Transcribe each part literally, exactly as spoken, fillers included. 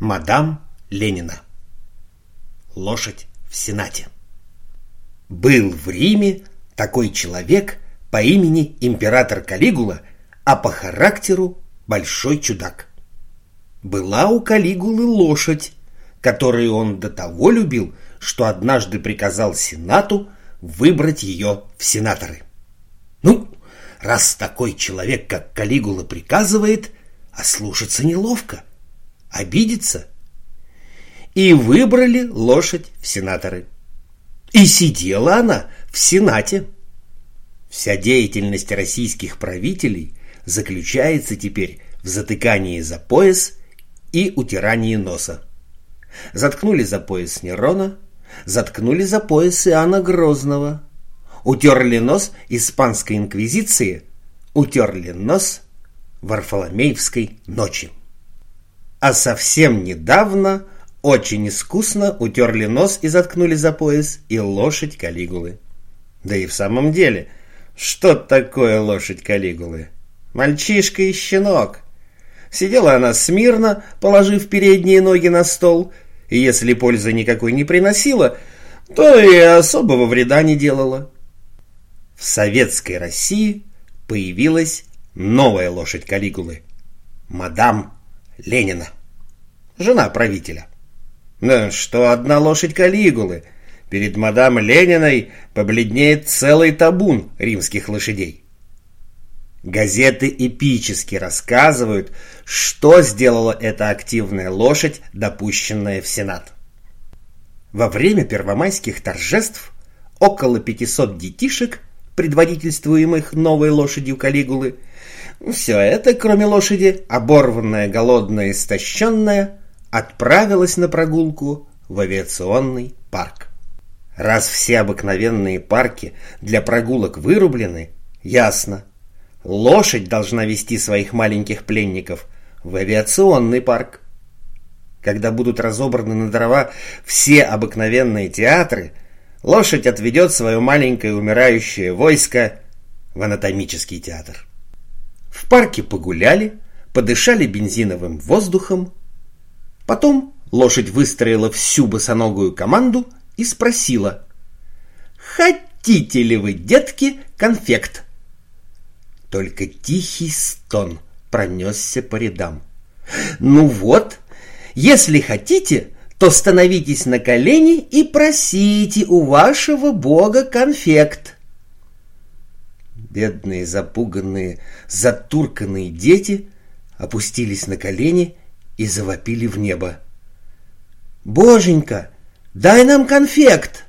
Мадам Ленина. Лошадь в Сенате. Был в Риме такой человек по имени император Калигула, а по характеру большой чудак. Была у Калигулы лошадь, которую он до того любил, что однажды приказал Сенату выбрать ее в сенаторы. Ну, раз такой человек, как Калигула, приказывает, а слушаться неловко, обидится. И выбрали лошадь в сенаторы. И сидела она в Сенате. Вся деятельность российских правителей заключается теперь в затыкании за пояс и утирании носа. Заткнули за пояс Нерона, заткнули за пояс Иоанна Грозного, утерли нос испанской инквизиции, утерли нос Варфоломеевской ночи. А совсем недавно очень искусно утерли нос и заткнули за пояс и лошадь Калигулы. Да и в самом деле, что такое лошадь Калигулы? Мальчишка и щенок. Сидела она смирно, положив передние ноги на стол, и если пользы никакой не приносила, то и особого вреда не делала. В советской России появилась новая лошадь Калигулы — мадам Ленина, жена правителя. Но что одна лошадь Калигулы, перед мадам Лениной побледнеет целый табун римских лошадей. Газеты эпически рассказывают, что сделала эта активная лошадь, допущенная в Сенат. Во время первомайских торжеств около пятисот детишек, предводительствуемых новой лошадью Калигулы, все это, кроме лошади, оборванная, голодная, истощенная, отправилась на прогулку в авиационный парк. Раз все обыкновенные парки для прогулок вырублены, ясно, лошадь должна вести своих маленьких пленников в авиационный парк. Когда будут разобраны на дрова все обыкновенные театры, лошадь отведет свое маленькое умирающее войско в анатомический театр. В парке погуляли, подышали бензиновым воздухом. Потом лошадь выстроила всю босоногую команду и спросила: «Хотите ли вы, детки, конфект?» Только тихий стон пронесся по рядам. «Ну вот, если хотите, то становитесь на колени и просите у вашего бога конфект». Бедные, запуганные, затурканные дети опустились на колени и завопили в небо: «Боженька, дай нам конфект!»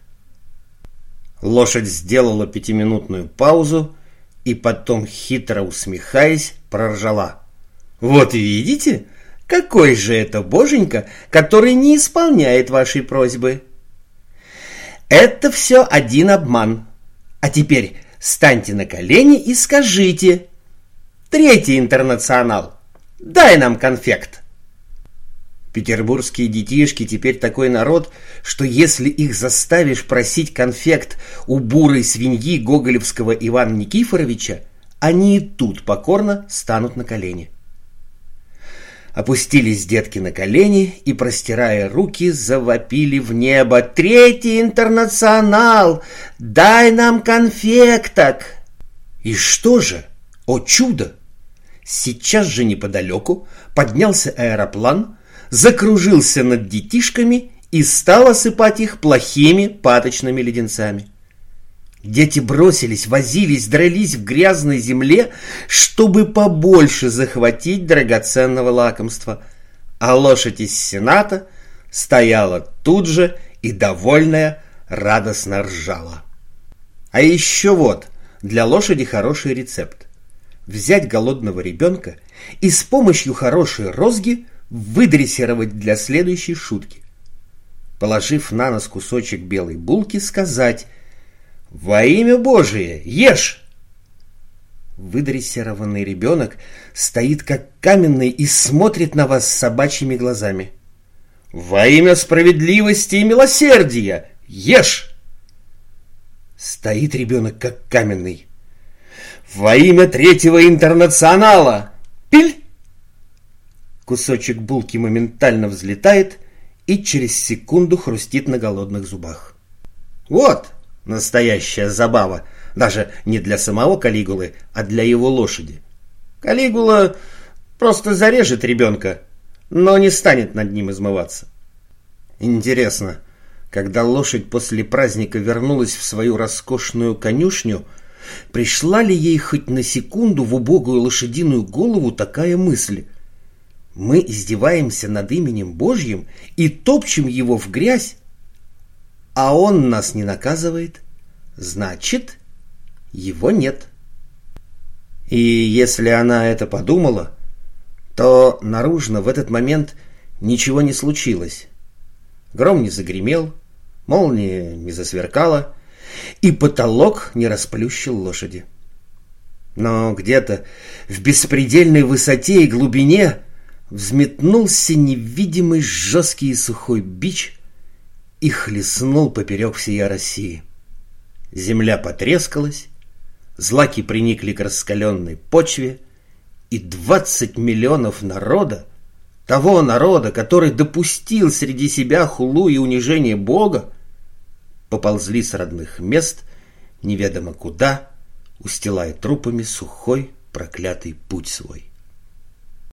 Лошадь сделала пятиминутную паузу и потом, хитро усмехаясь, проржала: «Вот видите, какой же это боженька, который не исполняет вашей просьбы!» Это все один обман. А теперь станьте на колени и скажите: «Третий интернационал, дай нам конфект!» Петербургские детишки теперь такой народ, что если их заставишь просить конфект у бурой свиньи гоголевского Ивана Никифоровича, они и тут покорно станут на колени. Опустились детки на колени и, простирая руки, завопили в небо: «Третий интернационал! Дай нам конфекток!» И что же? О чудо! Сейчас же неподалеку поднялся аэроплан, закружился над детишками и стал осыпать их плохими паточными леденцами. Дети бросились, возились, дрались в грязной земле, чтобы побольше захватить драгоценного лакомства, а лошадь из Сената стояла тут же и, довольная, радостно ржала. А еще вот, для лошади хороший рецепт: взять голодного ребенка и с помощью хорошей розги выдрессировать для следующей шутки. Положив на нос кусочек белой булки, сказать: «Во имя Божие, ешь!» Выдрессированный ребенок стоит как каменный и смотрит на вас собачьими глазами. «Во имя справедливости и милосердия, ешь!» Стоит ребенок как каменный. «Во имя третьего интернационала, пиль!» Кусочек булки моментально взлетает и через секунду хрустит на голодных зубах. Вот настоящая забава, даже не для самого Калигулы, а для его лошади. Калигула просто зарежет ребенка, но не станет над ним измываться. Интересно, когда лошадь после праздника вернулась в свою роскошную конюшню, пришла ли ей хоть на секунду в убогую лошадиную голову такая мысль: мы издеваемся над именем Божьим и топчем его в грязь, а он нас не наказывает, значит, его нет. И если она это подумала, то наружно в этот момент ничего не случилось. Гром не загремел, молния не засверкала, и потолок не расплющил лошади. Но где-то в беспредельной высоте и глубине взметнулся невидимый жесткий и сухой бич и хлестнул поперек всей России. Земля потрескалась, злаки приникли к раскаленной почве, и двадцать миллионов народа, того народа, который допустил среди себя хулу и унижение Бога, поползли с родных мест неведомо куда, устилая трупами сухой проклятый путь свой.